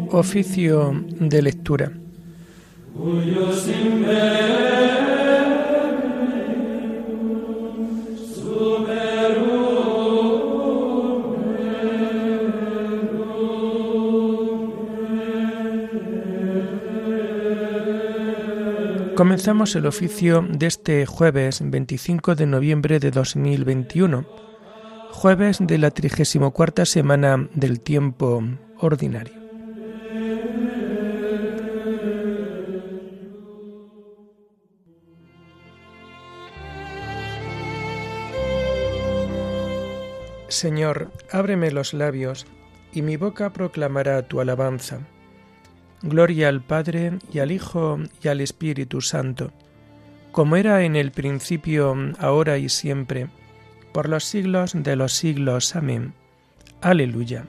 Oficio de lectura. Comenzamos el oficio de este jueves 25 de noviembre de 2021, jueves de la 34ª semana del tiempo ordinario. Señor, ábreme los labios, y mi boca proclamará tu alabanza. Gloria al Padre, y al Hijo, y al Espíritu Santo, como era en el principio, ahora y siempre, por los siglos de los siglos. Amén. Aleluya.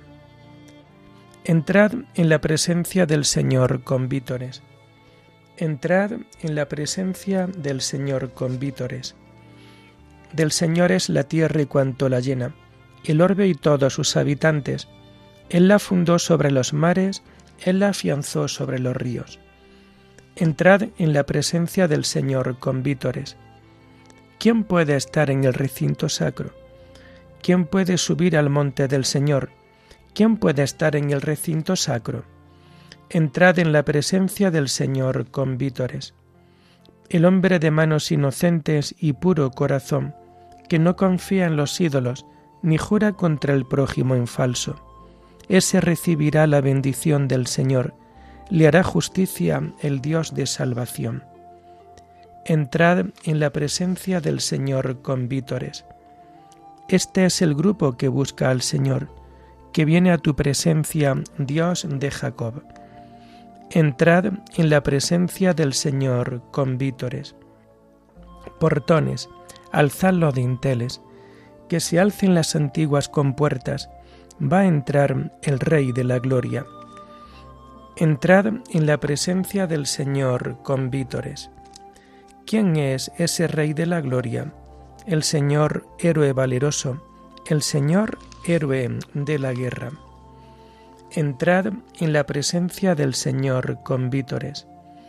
Entrad en la presencia del Señor con vítores. Entrad en la presencia del Señor con vítores. Del Señor es la tierra y cuanto la llena, el orbe y todos sus habitantes. Él la fundó sobre los mares, Él la afianzó sobre los ríos. Entrad en la presencia del Señor con vítores. ¿Quién puede estar en el recinto sacro? ¿Quién puede subir al monte del Señor? ¿Quién puede estar en el recinto sacro? Entrad en la presencia del Señor con vítores. El hombre de manos inocentes y puro corazón, que no confía en los ídolos, ni jura contra el prójimo en falso. Ese recibirá la bendición del Señor, le hará justicia el Dios de salvación. Entrad en la presencia del Señor con vítores. Este es el grupo que busca al Señor, que viene a tu presencia, Dios de Jacob. Entrad en la presencia del Señor con vítores. Portones, alzad los dinteles, que se alcen las antiguas compuertas, va a entrar el Rey de la Gloria. Entrad en la presencia del Señor con vítores. ¿Quién es ese Rey de la Gloria? El Señor héroe valeroso, el Señor héroe de la guerra. Entrad en la presencia del Señor con vítores.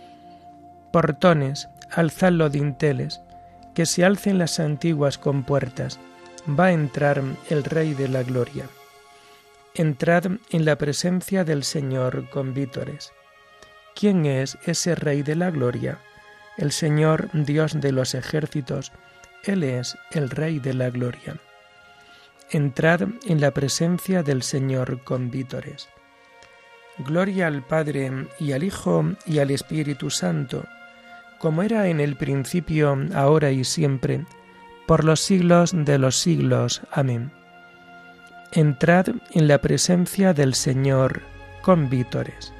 Portones, alzad los dinteles, que se alcen las antiguas compuertas, va a entrar el Rey de la Gloria. Entrad en la presencia del Señor con vítores. ¿Quién es ese Rey de la Gloria? El Señor Dios de los ejércitos, Él es el Rey de la Gloria. Entrad en la presencia del Señor con vítores. Gloria al Padre, y al Hijo, y al Espíritu Santo, como era en el principio, ahora y siempre, por los siglos de los siglos. Amén. Entrad en la presencia del Señor con vítores.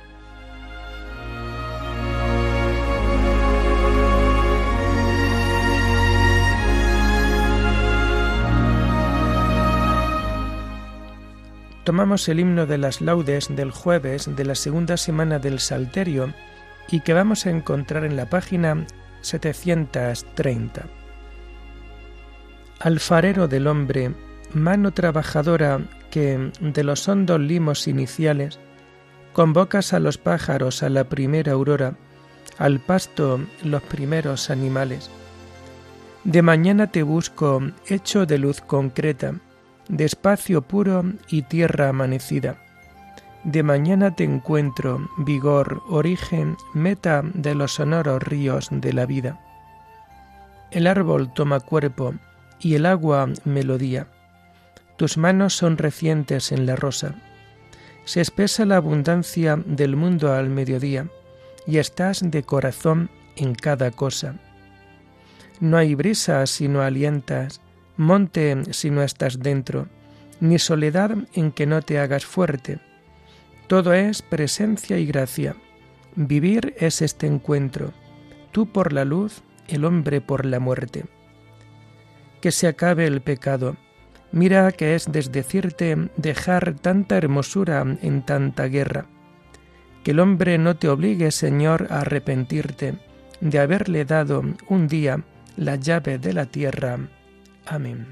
Tomamos el himno de las laudes del jueves de la segunda semana del Salterio y que vamos a encontrar en la página 730. Alfarero del hombre, mano trabajadora que, de los hondos limos iniciales, convocas a los pájaros a la primera aurora, al pasto los primeros animales. De mañana te busco, hecho de luz concreta, de espacio puro y tierra amanecida. De mañana te encuentro, vigor, origen, meta de los sonoros ríos de la vida. El árbol toma cuerpo y el agua melodía. Tus manos son recientes en la rosa. Se espesa la abundancia del mundo al mediodía, y estás de corazón en cada cosa. No hay brisa si no alientas, monte si no estás dentro, ni soledad en que no te hagas fuerte. Todo es presencia y gracia. Vivir es este encuentro, tú por la luz, el hombre por la muerte. Que se acabe el pecado. Mira que es desdecirte dejar tanta hermosura en tanta guerra. Que el hombre no te obligue, Señor, a arrepentirte de haberle dado un día la llave de la tierra. Amén.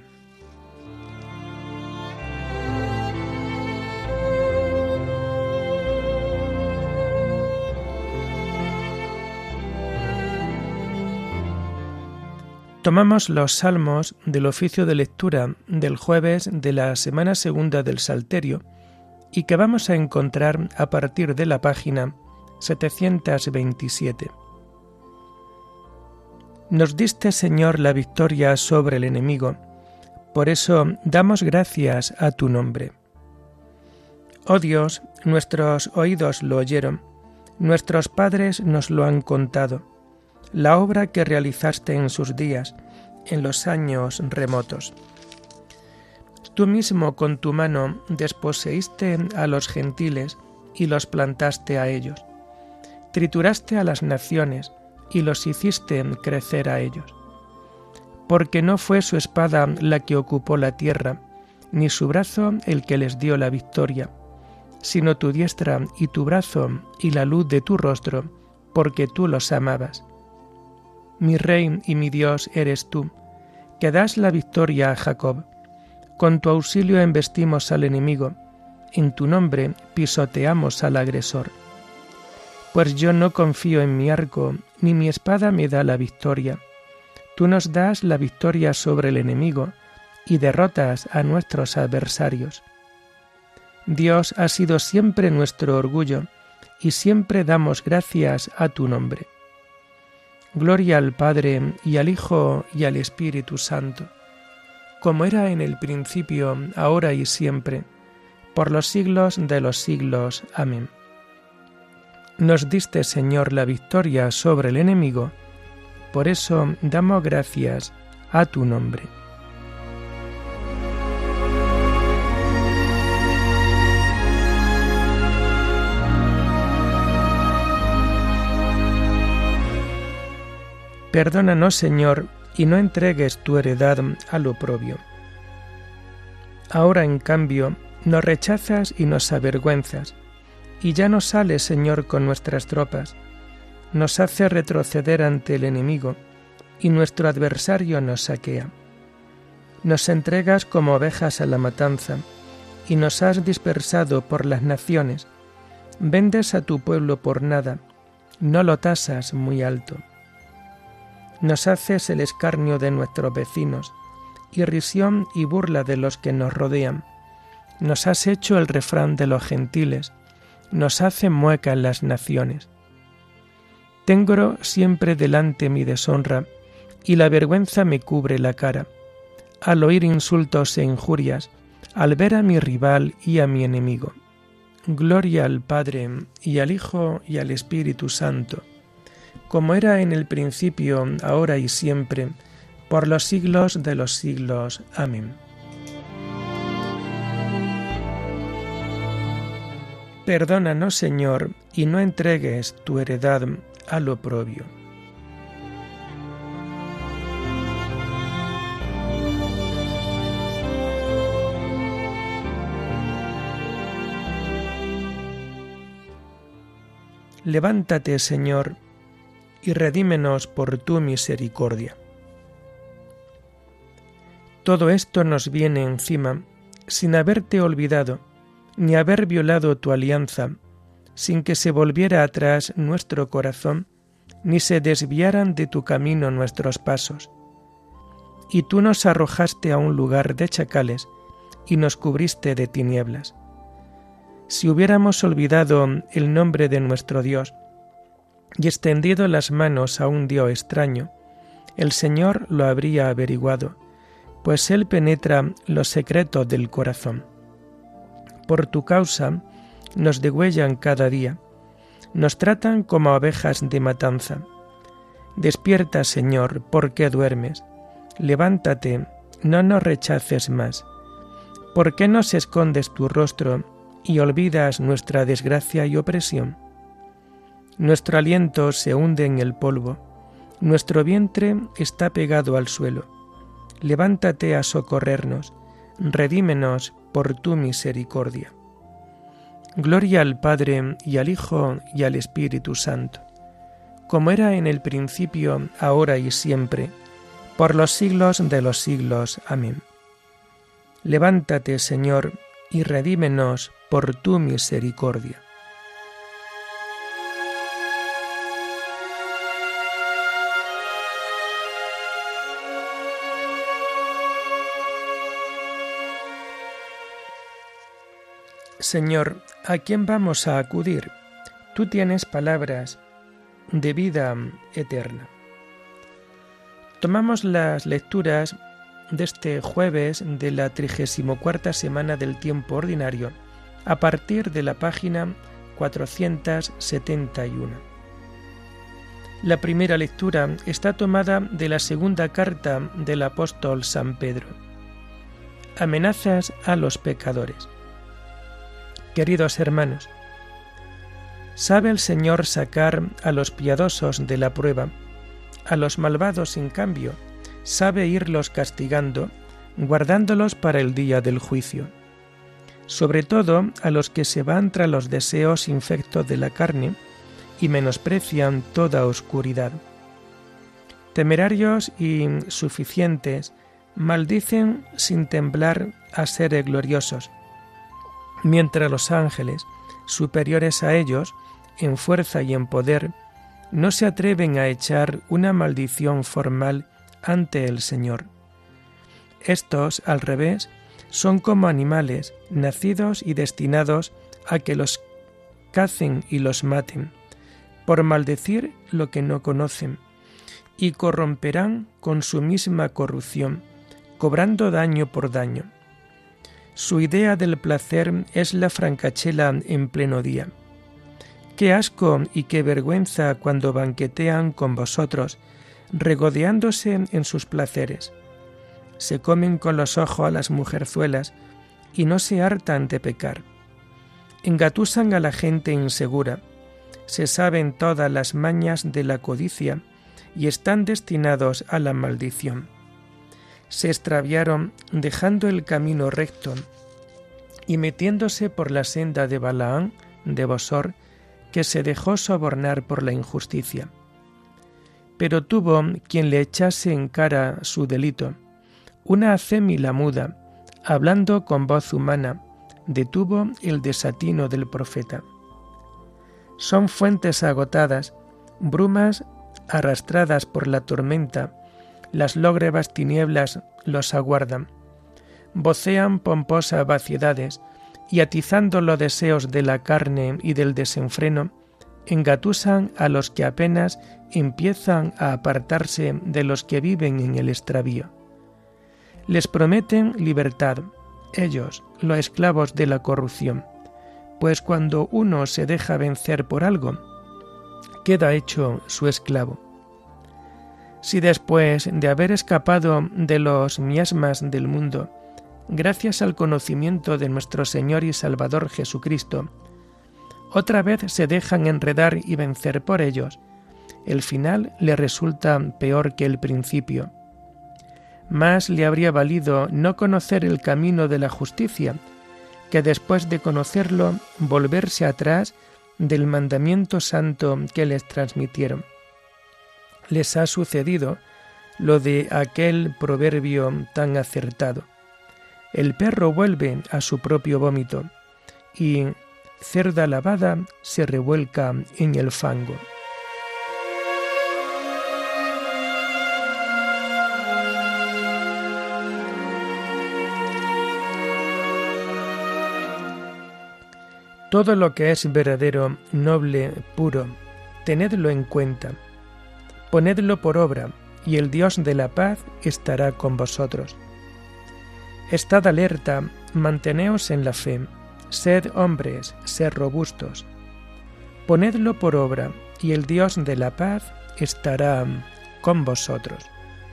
Tomamos los salmos del oficio de lectura del jueves de la semana segunda del Salterio y que vamos a encontrar a partir de la página 727. Nos diste, Señor, la victoria sobre el enemigo, por eso damos gracias a tu nombre. Oh Dios, nuestros oídos lo oyeron, nuestros padres nos lo han contado, la obra que realizaste en sus días, en los años remotos. Tú mismo con tu mano desposeíste a los gentiles y los plantaste a ellos. Trituraste a las naciones y los hiciste crecer a ellos. Porque no fue su espada la que ocupó la tierra, ni su brazo el que les dio la victoria, sino tu diestra y tu brazo y la luz de tu rostro, porque tú los amabas. Mi Rey y mi Dios eres tú, que das la victoria a Jacob. Con tu auxilio embestimos al enemigo, en tu nombre pisoteamos al agresor. Pues yo no confío en mi arco, ni mi espada me da la victoria. Tú nos das la victoria sobre el enemigo y derrotas a nuestros adversarios. Dios ha sido siempre nuestro orgullo y siempre damos gracias a tu nombre. Gloria al Padre y al Hijo y al Espíritu Santo, como era en el principio, ahora y siempre, por los siglos de los siglos. Amén. Nos diste, Señor, la victoria sobre el enemigo, por eso damos gracias a tu nombre. Perdónanos, Señor, y no entregues tu heredad al oprobio. Ahora, en cambio, nos rechazas y nos avergüenzas, y ya no sales, Señor, con nuestras tropas. Nos hace retroceder ante el enemigo, y nuestro adversario nos saquea. Nos entregas como ovejas a la matanza, y nos has dispersado por las naciones. Vendes a tu pueblo por nada, no lo tasas muy alto. Nos haces el escarnio de nuestros vecinos, irrisión y burla de los que nos rodean. Nos has hecho el refrán de los gentiles, nos hacen muecas las naciones. Tengo siempre delante mi deshonra, y la vergüenza me cubre la cara, al oír insultos e injurias, al ver a mi rival y a mi enemigo. Gloria al Padre, y al Hijo, y al Espíritu Santo, como era en el principio, ahora y siempre, por los siglos de los siglos. Amén. Perdónanos, Señor, y no entregues tu heredad al oprobio. Levántate, Señor, y redímenos por tu misericordia. Todo esto nos viene encima, sin haberte olvidado, ni haber violado tu alianza, sin que se volviera atrás nuestro corazón, ni se desviaran de tu camino nuestros pasos. Y tú nos arrojaste a un lugar de chacales, y nos cubriste de tinieblas. Si hubiéramos olvidado el nombre de nuestro Dios, y extendido las manos a un Dios extraño, el Señor lo habría averiguado, pues Él penetra los secretos del corazón. Por tu causa nos degüellan cada día, nos tratan como ovejas de matanza. Despierta, Señor, ¿por qué duermes? Levántate, no nos rechaces más. ¿Por qué nos escondes tu rostro y olvidas nuestra desgracia y opresión? Nuestro aliento se hunde en el polvo, nuestro vientre está pegado al suelo. Levántate a socorrernos, redímenos por tu misericordia. Gloria al Padre, y al Hijo, y al Espíritu Santo, como era en el principio, ahora y siempre, por los siglos de los siglos. Amén. Levántate, Señor, y redímenos por tu misericordia. Señor, ¿a quién vamos a acudir? Tú tienes palabras de vida eterna. Tomamos las lecturas de este jueves de la 34ª semana del tiempo ordinario a partir de la página 471. La primera lectura está tomada de la segunda carta del apóstol San Pedro. Amenazas a los pecadores. Queridos hermanos, sabe el Señor sacar a los piadosos de la prueba, a los malvados, en cambio, sabe irlos castigando, guardándolos para el día del juicio. Sobre todo a los que se van tras los deseos infectos de la carne y menosprecian toda oscuridad. Temerarios y suficientes maldicen sin temblar a seres gloriosos, mientras los ángeles, superiores a ellos, en fuerza y en poder, no se atreven a echar una maldición formal ante el Señor. Estos, al revés, son como animales, nacidos y destinados a que los cacen y los maten, por maldecir lo que no conocen, y corromperán con su misma corrupción, cobrando daño por daño. Su idea del placer es la francachela en pleno día. Qué asco y qué vergüenza cuando banquetean con vosotros, regodeándose en sus placeres. Se comen con los ojos a las mujerzuelas y no se hartan de pecar. Engatusan a la gente insegura, se saben todas las mañas de la codicia y están destinados a la maldición. Se extraviaron dejando el camino recto y metiéndose por la senda de Balaán, de Bosor, que se dejó sobornar por la injusticia. Pero tuvo quien le echase en cara su delito. Una acémila muda, hablando con voz humana, detuvo el desatino del profeta. Son fuentes agotadas, brumas arrastradas por la tormenta, las lógrebas tinieblas los aguardan. Vocean pomposas vaciedades y atizando los deseos de la carne y del desenfreno, engatusan a los que apenas empiezan a apartarse de los que viven en el extravío. Les prometen libertad, ellos, los esclavos de la corrupción, pues cuando uno se deja vencer por algo, queda hecho su esclavo. Si después de haber escapado de los miasmas del mundo, gracias al conocimiento de nuestro Señor y Salvador Jesucristo, otra vez se dejan enredar y vencer por ellos, el final le resulta peor que el principio. Más le habría valido no conocer el camino de la justicia, que después de conocerlo volverse atrás del mandamiento santo que les transmitieron. Les ha sucedido lo de aquel proverbio tan acertado. El perro vuelve a su propio vómito y cerda lavada se revuelca en el fango. Todo lo que es verdadero, noble, puro, tenedlo en cuenta. Ponedlo por obra, y el Dios de la paz estará con vosotros. Estad alerta, manteneos en la fe, sed hombres, sed robustos. Ponedlo por obra, y el Dios de la paz estará con vosotros.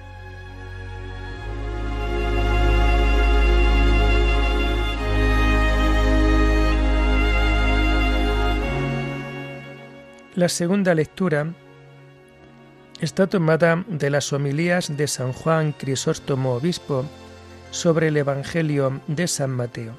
La segunda lectura está tomada de las homilías de San Juan Crisóstomo Obispo sobre el Evangelio de San Mateo.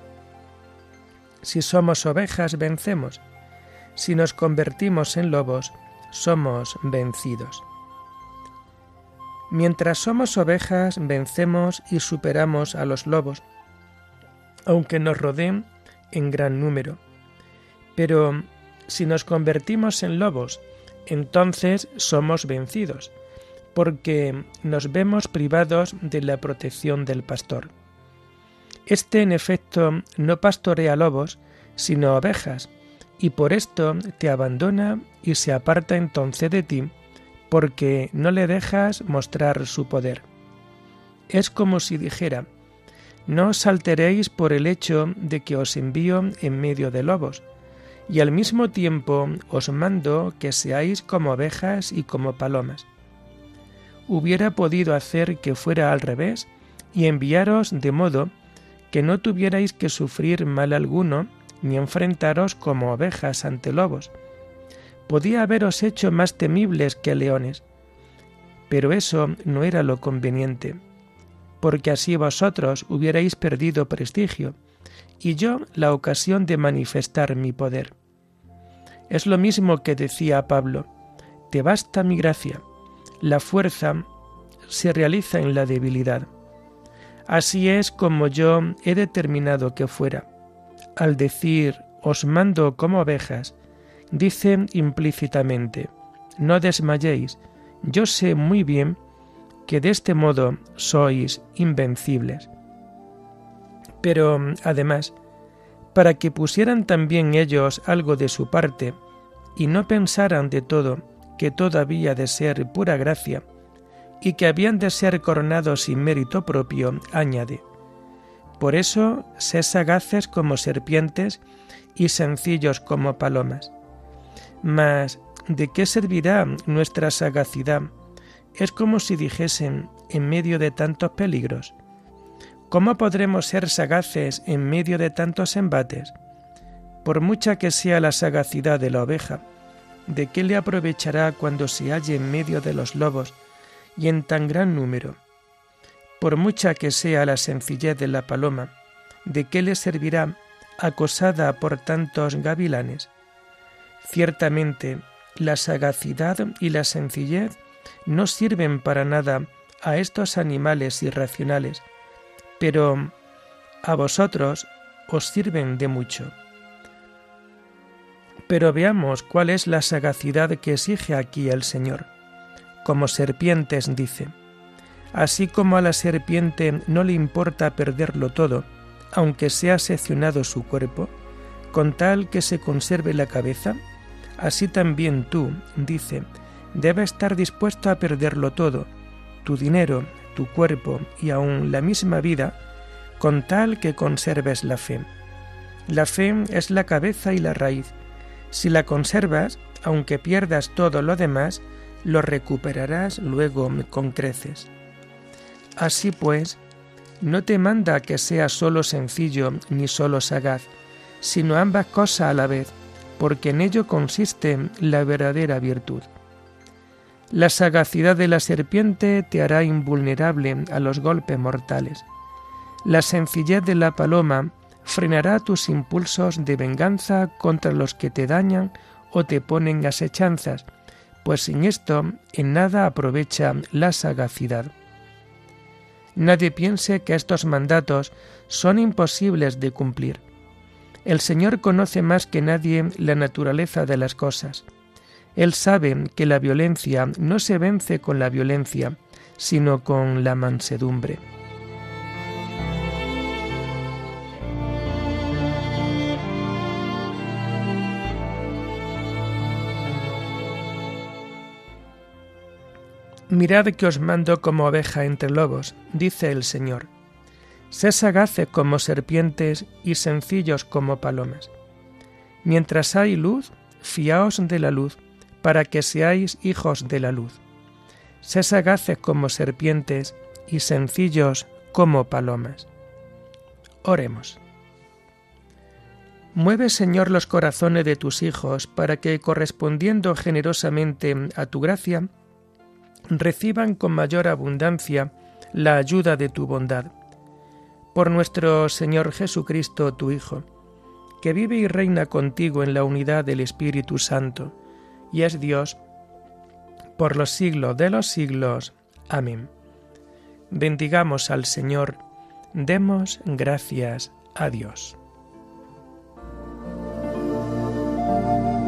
Si somos ovejas, vencemos. Si nos convertimos en lobos, somos vencidos. Mientras somos ovejas, vencemos y superamos a los lobos, aunque nos rodeen en gran número. Pero si nos convertimos en lobos, entonces somos vencidos, porque nos vemos privados de la protección del pastor. Este, en efecto, no pastorea lobos, sino ovejas, y por esto te abandona y se aparta entonces de ti, porque no le dejas mostrar su poder. Es como si dijera: no os alteréis por el hecho de que os envío en medio de lobos, y al mismo tiempo os mando que seáis como ovejas y como palomas. Hubiera podido hacer que fuera al revés y enviaros de modo que no tuvierais que sufrir mal alguno ni enfrentaros como ovejas ante lobos. Podía haberos hecho más temibles que leones, pero eso no era lo conveniente, porque así vosotros hubierais perdido prestigio, y yo la ocasión de manifestar mi poder. Es lo mismo que decía Pablo: te basta mi gracia, la fuerza se realiza en la debilidad. Así es como yo he determinado que fuera. Al decir os mando como ovejas, dice implícitamente: no desmayéis, yo sé muy bien que de este modo sois invencibles. Pero, además, para que pusieran también ellos algo de su parte, y no pensaran de todo que todo había de ser pura gracia, y que habían de ser coronados sin mérito propio, añade: por eso, sed sagaces como serpientes y sencillos como palomas. Mas, ¿de qué servirá nuestra sagacidad? Es como si dijesen: en medio de tantos peligros. ¿Cómo podremos ser sagaces en medio de tantos embates? Por mucha que sea la sagacidad de la oveja, ¿de qué le aprovechará cuando se halle en medio de los lobos y en tan gran número? Por mucha que sea la sencillez de la paloma, ¿de qué le servirá acosada por tantos gavilanes? Ciertamente, la sagacidad y la sencillez no sirven para nada a estos animales irracionales, pero a vosotros os sirven de mucho. Pero veamos cuál es la sagacidad que exige aquí el Señor. Como serpientes, dice. Así como a la serpiente no le importa perderlo todo, aunque sea seccionado su cuerpo, con tal que se conserve la cabeza, así también tú, dice, debes estar dispuesto a perderlo todo, tu dinero, tu cuerpo y aun la misma vida, con tal que conserves la fe. La fe es la cabeza y la raíz. Si la conservas, aunque pierdas todo lo demás, lo recuperarás luego con creces. Así pues, no te manda que seas solo sencillo ni solo sagaz, sino ambas cosas a la vez, porque en ello consiste la verdadera virtud. La sagacidad de la serpiente te hará invulnerable a los golpes mortales. La sencillez de la paloma frenará tus impulsos de venganza contra los que te dañan o te ponen asechanzas, pues sin esto en nada aprovecha la sagacidad. Nadie piense que estos mandatos son imposibles de cumplir. El Señor conoce más que nadie la naturaleza de las cosas. Él sabe que la violencia no se vence con la violencia, sino con la mansedumbre. Mirad que os mando como oveja entre lobos, dice el Señor. Sed sagaces como serpientes y sencillos como palomas. Mientras hay luz, fiaos de la luz, para que seáis hijos de la luz. Sed sagaces como serpientes y sencillos como palomas. Oremos. Mueve, Señor, los corazones de tus hijos, para que, correspondiendo generosamente a tu gracia, reciban con mayor abundancia la ayuda de tu bondad. Por nuestro Señor Jesucristo, tu Hijo, que vive y reina contigo en la unidad del Espíritu Santo, y es Dios por los siglos de los siglos. Amén. Bendigamos al Señor, demos gracias a Dios.